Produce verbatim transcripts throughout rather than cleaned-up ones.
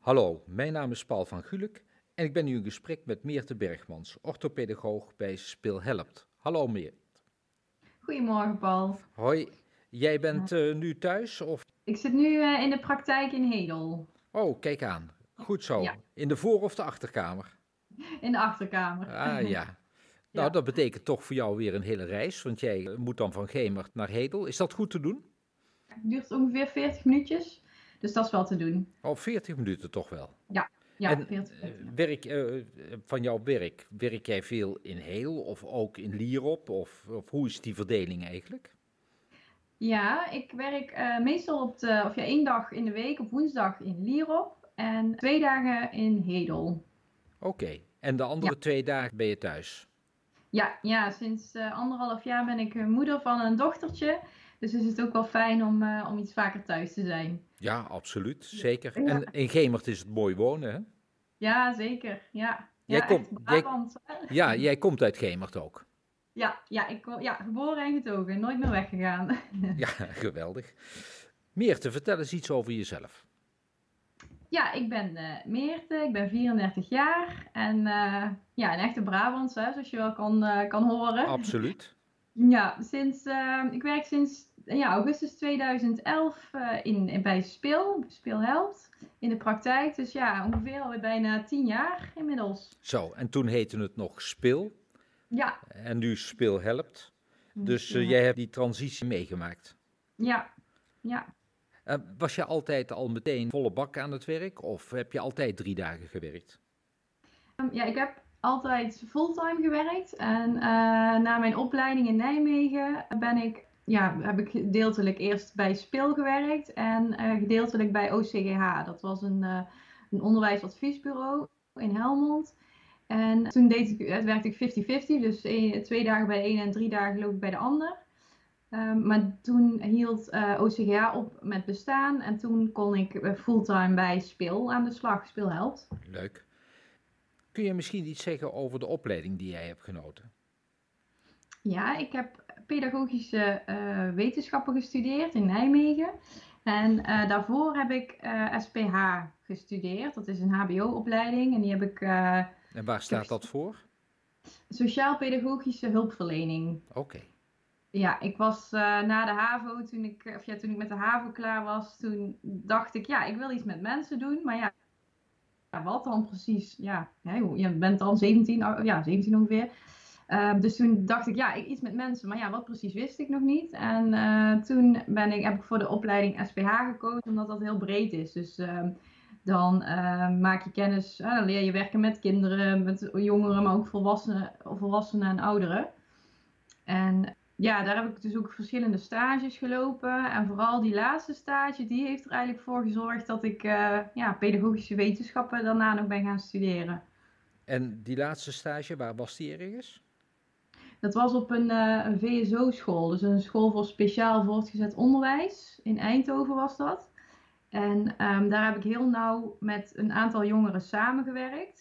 Hallo, mijn naam is Paul van Gulik en ik ben nu in gesprek met Meerte Bergmans, orthopedagoog bij Spil Helpt. Hallo Meert. Goedemorgen Paul. Hoi, jij bent uh, nu thuis of? Ik zit nu uh, in de praktijk in Hedel. Oh, kijk aan. Goed zo. Ja. In de voor- of de achterkamer? In de achterkamer. Ah ja. Nou, Ja. dat betekent toch voor jou weer een hele reis, want jij moet dan van Gemert naar Hedel. Is dat goed te doen? Het duurt ongeveer veertig minuutjes, dus dat is wel te doen. Oh, veertig minuten toch wel? Ja, ja en veertig minuten. Ja. Werk, uh, van jouw werk, werk jij veel in Hedel of ook in Lierop? Of, of hoe is die verdeling eigenlijk? Ja, ik werk uh, meestal op de, of ja, één dag in de week, op woensdag in Lierop en twee dagen in Hedel. Oké, okay. En de andere ja. twee dagen ben je thuis? Ja, ja sinds uh, anderhalf jaar ben ik moeder van een dochtertje. Dus is het ook wel fijn om, uh, om iets vaker thuis te zijn. Ja, absoluut. Zeker. Ja. En in Gemert is het mooi wonen, hè? Ja, zeker. Ja, jij ja komt, echt Brabant. Jij, ja, jij komt uit Gemert ook. Ja, ja, ik, ja, geboren en getogen. Nooit meer weggegaan. Ja, geweldig. Meerte, vertel eens iets over jezelf. Ja, ik ben uh, Meerte, ik ben vierendertig jaar en uh, ja, een echte Brabantse, hè, zoals je wel kan, uh, kan horen. Absoluut. Ja, sinds, uh, ik werk sinds ja, augustus tweeduizend elf uh, in, in, bij Spil, Spil Helpt, in de praktijk. Dus ja, ongeveer alweer bijna tien jaar inmiddels. Zo, en toen heette het nog Spil. Ja. En nu Spil Helpt. Dus uh, jij hebt die transitie meegemaakt. Ja, ja. Uh, was je altijd al meteen volle bak aan het werk of heb je altijd drie dagen gewerkt? Um, ja, ik heb altijd fulltime gewerkt en uh, na mijn opleiding in Nijmegen ben ik, ja, heb ik gedeeltelijk eerst bij Spil gewerkt en uh, gedeeltelijk bij O C G H. Dat was een, uh, een onderwijsadviesbureau in Helmond. En toen deed ik, het werkte ik vijftig vijftig, dus een, twee dagen bij de een en drie dagen loop ik bij de ander. Um, maar toen hield uh, O C G H op met bestaan en toen kon ik uh, fulltime bij Spil aan de slag. Spil Helpt. Leuk. Kun je misschien iets zeggen over de opleiding die jij hebt genoten? Ja, ik heb pedagogische uh, wetenschappen gestudeerd in Nijmegen. En uh, daarvoor heb ik uh, S P H gestudeerd. Dat is een H B O-opleiding en die heb ik... Uh, en waar staat dat voor? Sociaal-pedagogische hulpverlening. Oké. Okay. Ja, ik was uh, na de HAVO, toen ik, of ja, toen ik met de HAVO klaar was, toen dacht ik, ja, ik wil iets met mensen doen. Maar ja, ja wat dan precies? Ja, je bent dan zeventien, ja, zeventien ongeveer. Uh, dus toen dacht ik, ja, iets met mensen. Maar ja, wat precies wist ik nog niet. En uh, toen ben ik, heb ik voor de opleiding S P H gekozen, omdat dat heel breed is. Dus uh, dan uh, maak je kennis, uh, dan leer je werken met kinderen, met jongeren, maar ook volwassenen, volwassenen en ouderen. En ja, daar heb ik dus ook verschillende stages gelopen. En vooral die laatste stage, die heeft er eigenlijk voor gezorgd dat ik uh, ja, pedagogische wetenschappen daarna nog ben gaan studeren. En die laatste stage, waar was die ergens? Dat was op een, uh, een V S O-school, dus een school voor speciaal voortgezet onderwijs. In Eindhoven was dat. En um, daar heb ik heel nauw met een aantal jongeren samengewerkt.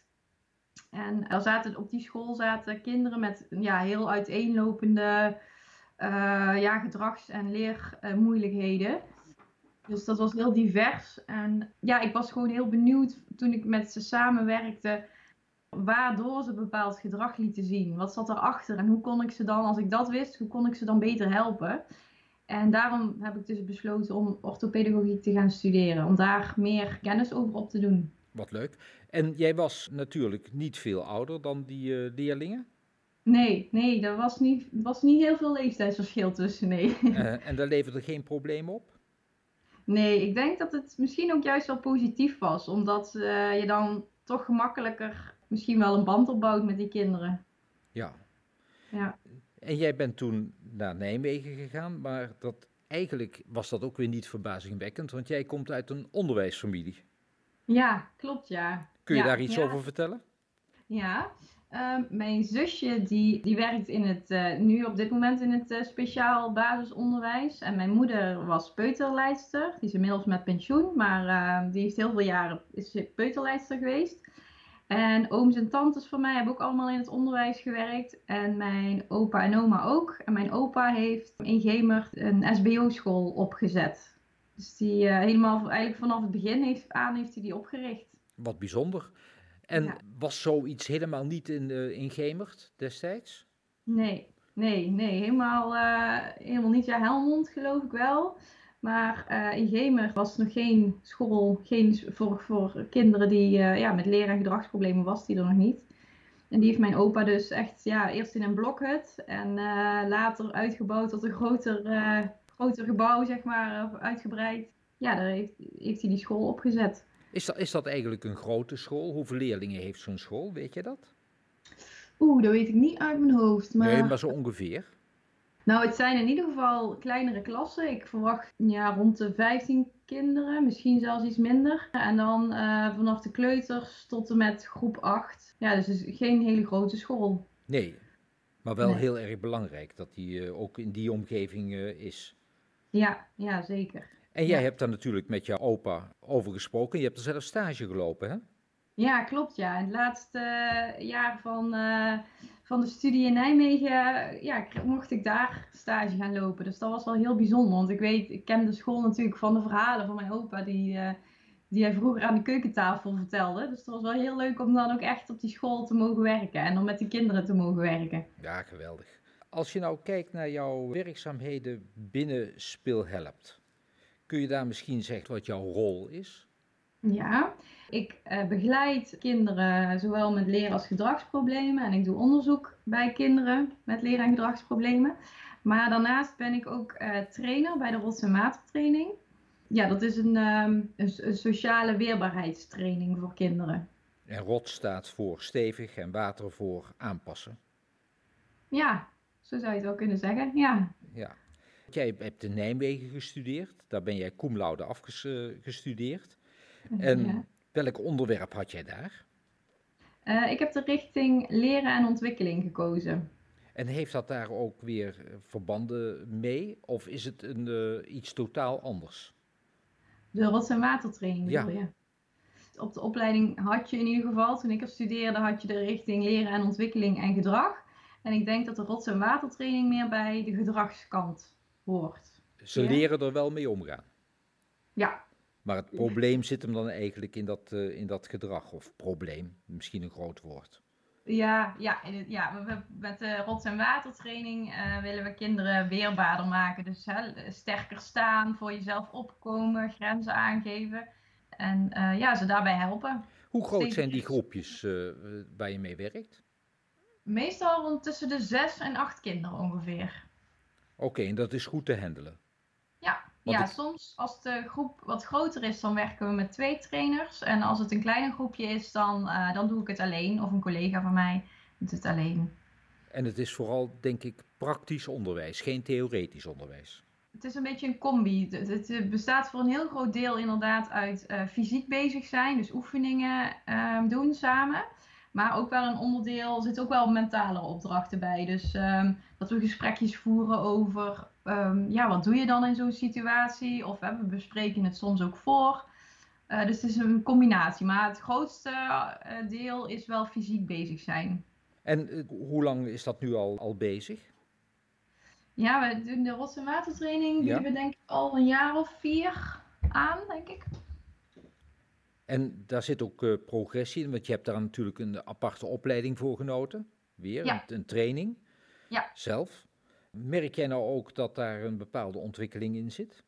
En er zaten, op die school zaten kinderen met ja, heel uiteenlopende uh, ja, gedrags- en leermoeilijkheden. Uh, dus dat was heel divers. En ja, ik was gewoon heel benieuwd toen ik met ze samenwerkte, waardoor ze bepaald gedrag lieten zien. Wat zat erachter en hoe kon ik ze dan, als ik dat wist, hoe kon ik ze dan beter helpen? En daarom heb ik dus besloten om orthopedagogiek te gaan studeren. Om daar meer kennis over op te doen. Wat leuk. En jij was natuurlijk niet veel ouder dan die uh, leerlingen? Nee, nee, er was niet, was niet heel veel leeftijdsverschil tussen, nee. Uh, en daar leverde geen probleem op? Nee, ik denk dat het misschien ook juist wel positief was. Omdat uh, je dan toch gemakkelijker misschien wel een band opbouwt met die kinderen. Ja. Ja. En jij bent toen naar Nijmegen gegaan, maar dat, eigenlijk was dat ook weer niet verbazingwekkend, want jij komt uit een onderwijsfamilie. Ja, klopt, ja. Kun je ja, daar iets ja. over vertellen? Ja, uh, mijn zusje die, die werkt in het, uh, nu op dit moment in het uh, speciaal basisonderwijs. En mijn moeder was peuterleidster. Die is inmiddels met pensioen, maar uh, die heeft heel veel jaren is peuterleidster geweest. En ooms en tantes van mij hebben ook allemaal in het onderwijs gewerkt. En mijn opa en oma ook. En mijn opa heeft in Gemert een S B O-school opgezet. Dus die uh, helemaal eigenlijk vanaf het begin heeft, aan heeft hij die opgericht. Wat bijzonder. En Ja. was zoiets helemaal niet in, uh, in Gemert destijds? Nee, nee, nee, helemaal, uh, helemaal niet. Ja, Helmond geloof ik wel. Maar uh, in Gemert was nog geen school, geen voor, voor kinderen die uh, ja, met leer- en gedragsproblemen was die er nog niet. En die heeft mijn opa dus echt ja, eerst in een blokhut en uh, later uitgebouwd tot een groter, uh, groter gebouw, zeg maar, uitgebreid. Ja, daar heeft, heeft hij die school opgezet. Is dat, is dat eigenlijk een grote school? Hoeveel leerlingen heeft zo'n school? Weet je dat? Oeh, dat weet ik niet uit mijn hoofd. Maar... Nee, maar zo ongeveer. Nou, het zijn in ieder geval kleinere klassen. Ik verwacht ja, rond de vijftien kinderen, misschien zelfs iets minder. En dan uh, vanaf de kleuters tot en met groep acht. Ja, dus het is geen hele grote school. Nee, maar wel Nee. heel erg belangrijk dat die uh, ook in die omgeving uh, is. Ja, ja, zeker. En jij ja. hebt daar natuurlijk met jouw opa over gesproken. Je hebt er zelf stage gelopen, hè? Ja, klopt. Ja. In het laatste jaar van, uh, van de studie in Nijmegen ja, mocht ik daar stage gaan lopen. Dus dat was wel heel bijzonder. Want ik weet, ik ken de school natuurlijk van de verhalen van mijn opa die, uh, die hij vroeger aan de keukentafel vertelde. Dus het was wel heel leuk om dan ook echt op die school te mogen werken en om met die kinderen te mogen werken. Ja, geweldig. Als je nou kijkt naar jouw werkzaamheden binnen Speelhelpt, kun je daar misschien zeggen wat jouw rol is? Ja, ik uh, begeleid kinderen zowel met leer- als gedragsproblemen en ik doe onderzoek bij kinderen met leer- en gedragsproblemen. Maar daarnaast ben ik ook uh, trainer bij de Rots en Watertraining. Ja, dat is een, um, een, een sociale weerbaarheidstraining voor kinderen. En rot staat voor stevig en water voor aanpassen. Ja, zo zou je het wel kunnen zeggen, ja. Ja. Jij hebt in Nijmegen gestudeerd, daar ben jij cum laude afgestudeerd. En ja. welk onderwerp had jij daar? Uh, ik heb de richting leren en ontwikkeling gekozen. En heeft dat daar ook weer verbanden mee? Of is het een, uh, iets totaal anders? De Rots en Watertraining ja. bedoel je? Op de opleiding had je in ieder geval, toen ik er studeerde, had je de richting leren en ontwikkeling en gedrag. En ik denk dat de Rots en Watertraining meer bij de gedragskant hoort. Ze ja? leren er wel mee omgaan? Ja. Maar het probleem zit hem dan eigenlijk in dat, uh, in dat gedrag, of probleem, misschien een groot woord. Ja, ja, ja we, met de Rots en Watertraining uh, willen we kinderen weerbaarder maken. Dus hè, sterker staan, voor jezelf opkomen, grenzen aangeven en uh, ja, ze daarbij helpen. Hoe groot Steeds zijn die groepjes uh, waar je mee werkt? Meestal rond tussen de zes en acht kinderen ongeveer. Oké, okay, en dat is goed te handelen? Ja, ja ik... soms als de groep wat groter is, dan werken we met twee trainers. En als het een kleiner groepje is, dan, uh, dan doe ik het alleen. Of een collega van mij doet het alleen. En het is vooral, denk ik, praktisch onderwijs, geen theoretisch onderwijs. Het is een beetje een combi. Het, het bestaat voor een heel groot deel inderdaad uit uh, fysiek bezig zijn. Dus oefeningen uh, doen samen. Maar ook wel een onderdeel, er zitten ook wel mentale opdrachten bij. Dus um, dat we gesprekjes voeren over, um, ja, wat doe je dan in zo'n situatie? Of uh, we bespreken het soms ook voor. Uh, dus het is een combinatie. Maar het grootste uh, deel is wel fysiek bezig zijn. En uh, hoe lang is dat nu al, al bezig? Ja, we doen de Rots en Watertraining, die ja. we denk ik al een jaar of vier aan, denk ik. En daar zit ook uh, progressie in, want je hebt daar natuurlijk een aparte opleiding voor genoten. Weer, ja. een, een training. Ja. Zelf. Merk jij nou ook dat daar een bepaalde ontwikkeling in zit?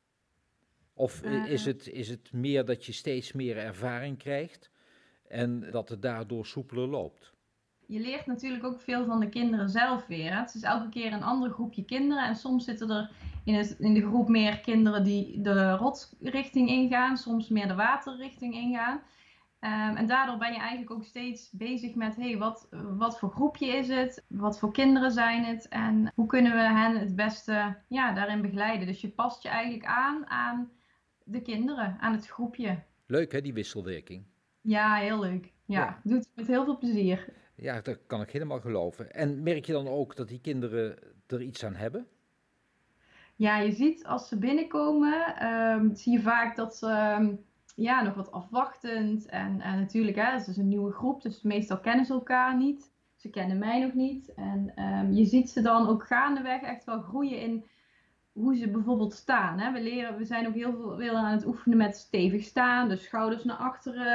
Of uh, is, het, is het meer dat je steeds meer ervaring krijgt en dat het daardoor soepeler loopt? Je leert natuurlijk ook veel van de kinderen zelf weer. Hè? Het is elke keer een ander groepje kinderen. En soms zitten er in, het, in de groep meer kinderen die de rotsrichting ingaan. Soms meer de waterrichting ingaan. Um, en daardoor ben je eigenlijk ook steeds bezig met... Hey, wat, wat voor groepje is het? Wat voor kinderen zijn het? En hoe kunnen we hen het beste ja, daarin begeleiden? Dus je past je eigenlijk aan aan de kinderen, aan het groepje. Leuk hè, die wisselwerking? Ja, heel leuk. Ja, ja. Doet het met heel veel plezier. Ja, dat kan ik helemaal geloven. En merk je dan ook dat die kinderen er iets aan hebben? Ja, je ziet als ze binnenkomen, um, zie je vaak dat ze um, ja, nog wat afwachtend. En, en natuurlijk, hè, het is een nieuwe groep, dus meestal kennen ze elkaar niet. Ze kennen mij nog niet. En um, je ziet ze dan ook gaandeweg echt wel groeien in hoe ze bijvoorbeeld staan. Hè. We, leren, we zijn ook heel veel aan het oefenen met stevig staan, dus schouders naar achteren.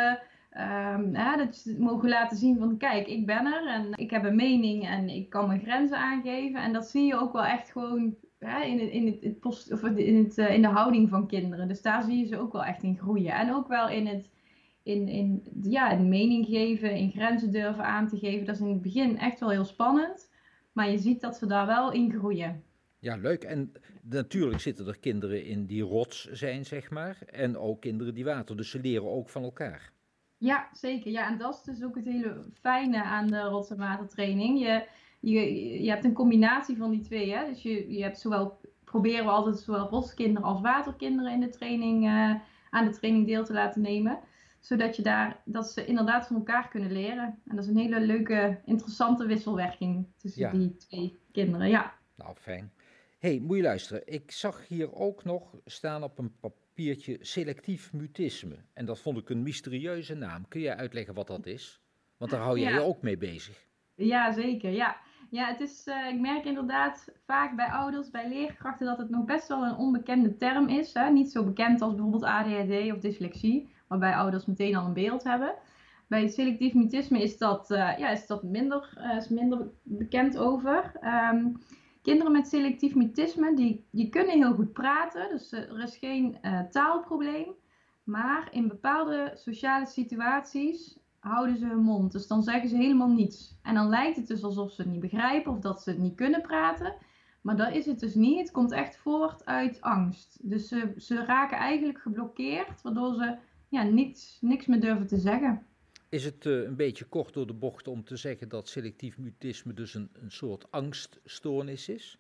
Um, hè, dat ze mogen laten zien van kijk, ik ben er en ik heb een mening en ik kan mijn grenzen aangeven. En dat zie je ook wel echt gewoon hè, in, het, in, het, het post, of in, het, uh, in de houding van kinderen. Dus daar zie je ze ook wel echt in groeien. En ook wel in het in, in, ja, een mening geven, in grenzen durven aan te geven. Dat is in het begin echt wel heel spannend. Maar je ziet dat ze daar wel in groeien. Ja, leuk. En natuurlijk zitten er kinderen in die rots zijn, zeg maar. En ook kinderen die water. Dus ze leren ook van elkaar. Ja, zeker. Ja, en dat is dus ook het hele fijne aan de rots- en watertraining. Je, je, je hebt een combinatie van die twee. Hè? Dus je, je hebt zowel, proberen we altijd zowel rotskinderen als waterkinderen in de training, uh, aan de training deel te laten nemen. Zodat je daar, dat ze inderdaad van elkaar kunnen leren. En dat is een hele leuke, interessante wisselwerking tussen ja. die twee kinderen. Ja. Nou, fijn. Hé, hey, moet je luisteren. Ik zag hier ook nog staan op een papiertje selectief mutisme. En dat vond ik een mysterieuze naam. Kun jij uitleggen wat dat is? Want daar hou jij ja. je ook mee bezig. Ja, zeker. Ja, ja het is, uh, ik merk inderdaad vaak bij ouders, bij leerkrachten, dat het nog best wel een onbekende term is. Hè? Niet zo bekend als bijvoorbeeld A D H D of dyslexie, waarbij ouders meteen al een beeld hebben. Bij selectief mutisme is dat, uh, ja, is dat minder, uh, is minder bekend over. Um, Kinderen met selectief mutisme, die, die kunnen heel goed praten, dus er is geen uh, taalprobleem. Maar in bepaalde sociale situaties houden ze hun mond. Dus dan zeggen ze helemaal niets. En dan lijkt het dus alsof ze het niet begrijpen of dat ze het niet kunnen praten. Maar dat is het dus niet. Het komt echt voort uit angst. Dus ze, ze raken eigenlijk geblokkeerd, waardoor ze ja, niets, niks meer durven te zeggen. Is het uh, een beetje kort door de bocht om te zeggen dat selectief mutisme dus een, een soort angststoornis is?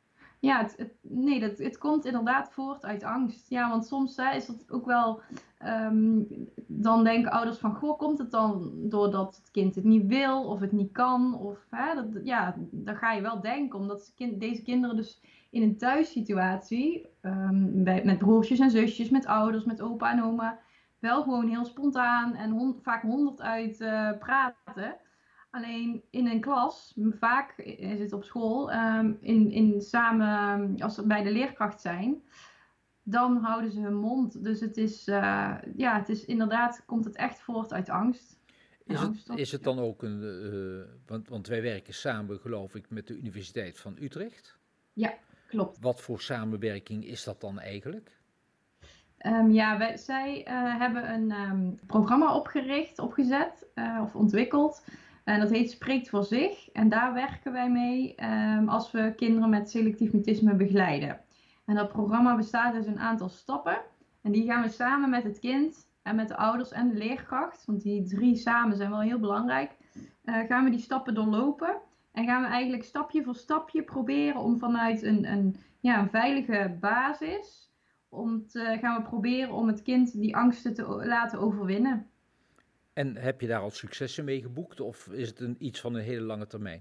Ja, het, het, nee, dat, het komt inderdaad voort uit angst. Ja, want soms hè, is dat ook wel... Um, dan denken ouders van... Goh, komt het dan doordat het kind het niet wil of het niet kan? Of, hè, dat, ja, dan ga je wel denken. Omdat kind, deze kinderen dus in een thuissituatie... Um, bij, met broertjes en zusjes, met ouders, met opa en oma... wel gewoon heel spontaan en hond, vaak honderd uit uh, praten... Alleen in een klas, vaak is het op school, um, in, in samen, als ze bij de leerkracht zijn, dan houden ze hun mond. Dus het is, uh, ja, het is inderdaad, komt het echt voort uit angst. Is het, is het dan ook een, uh, want, want wij werken samen, geloof ik, met de Universiteit van Utrecht. Ja, klopt. Wat voor samenwerking is dat dan eigenlijk? Um, ja, wij, zij uh, hebben een um, programma opgericht, opgezet uh, of ontwikkeld. En dat heet Spreekt voor zich. En daar werken wij mee um, als we kinderen met selectief mutisme begeleiden. En dat programma bestaat dus uit een aantal stappen. En die gaan we samen met het kind en met de ouders en de leerkracht, want die drie samen zijn wel heel belangrijk, uh, gaan we die stappen doorlopen. En gaan we eigenlijk stapje voor stapje proberen om vanuit een, een, ja, een veilige basis, om te, gaan we proberen om het kind die angsten te laten overwinnen. En heb je daar al successen mee geboekt of is het een, iets van een hele lange termijn?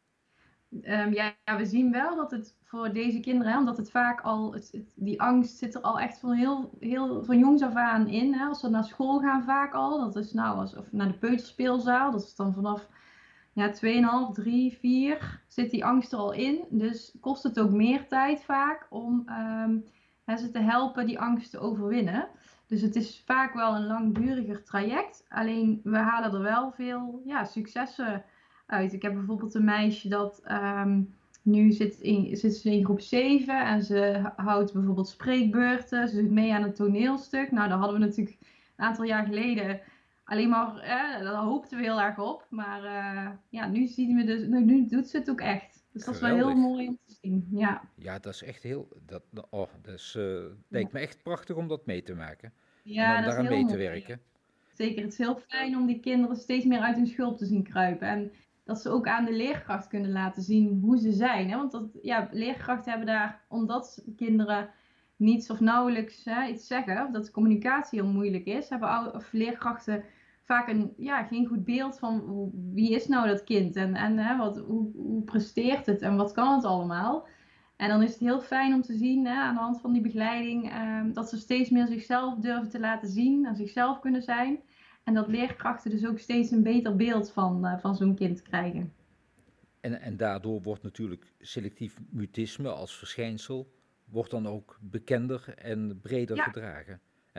Um, ja, ja, we zien wel dat het voor deze kinderen, hè, omdat het vaak al, het, het, die angst zit er al echt van heel, heel van jongs af aan in. Hè. Als ze naar school gaan vaak al, dat is nou, als, of naar de peuterspeelzaal, dat is dan vanaf ja, twee komma vijf, drie, vier zit die angst er al in. Dus kost het ook meer tijd vaak om um, hè, ze te helpen die angst te overwinnen. Dus het is vaak wel een langduriger traject. Alleen we halen er wel veel ja, successen uit. Ik heb bijvoorbeeld een meisje dat um, nu zit, in, zit ze in groep zeven en ze houdt bijvoorbeeld spreekbeurten. Ze doet mee aan een toneelstuk. Nou, daar hadden we natuurlijk een aantal jaar geleden alleen maar, eh, daar hoopten we heel erg op. Maar uh, ja, nu zien we dus, nu, nu doet ze het ook echt. Dus dat is wel heel mooi om te zien. Ja, ja dat is echt heel, dat, oh, dat is, uh, lijkt me echt prachtig om dat mee te maken. Ja, en om dat daaraan is heel mee mooi. te werken. Zeker, het is heel fijn om die kinderen steeds meer uit hun schulp te zien kruipen. En dat ze ook aan de leerkracht kunnen laten zien hoe ze zijn. Hè? Want dat, ja, leerkrachten hebben daar, omdat kinderen niets of nauwelijks hè, iets zeggen, of dat de communicatie heel moeilijk is, hebben of leerkrachten vaak een, ja, geen goed beeld van hoe, wie is nou dat kind en, en hè, wat, hoe, hoe presteert het en wat kan het allemaal. En dan is het heel fijn om te zien hè, aan de hand van die begeleiding eh, dat ze steeds meer zichzelf durven te laten zien en zichzelf kunnen zijn. En dat leerkrachten dus ook steeds een beter beeld van, uh, van zo'n kind krijgen. En, en daardoor wordt natuurlijk selectief mutisme als verschijnsel wordt dan ook bekender en breder ja. gedragen. En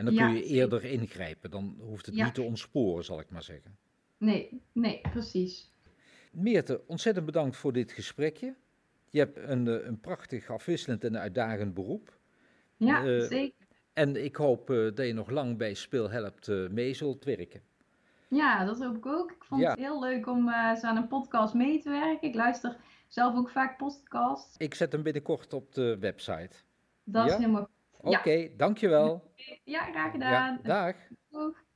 En dan Ja, kun je zeker. eerder ingrijpen. Dan hoeft het Ja. niet te ontsporen, zal ik maar zeggen. Ja. Niet te ontsporen, zal ik maar zeggen. Nee, nee, precies. Meerte, ontzettend bedankt voor dit gesprekje. Je hebt een, eh, een prachtig afwisselend en uitdagend beroep. Ja, Eh, zeker. en ik hoop eh, dat je nog lang bij Speelhelpt eh, mee zult werken. Ja, dat hoop ik ook. Ik vond Ja, het heel leuk om eh eens aan een podcast mee te werken. Ik luister zelf ook vaak podcasts. ik zet hem binnenkort op de website. Dat is Ja? helemaal goed. Oké, Ja. dankjewel. Ja, graag Ja, gedaan. dag. Doeg.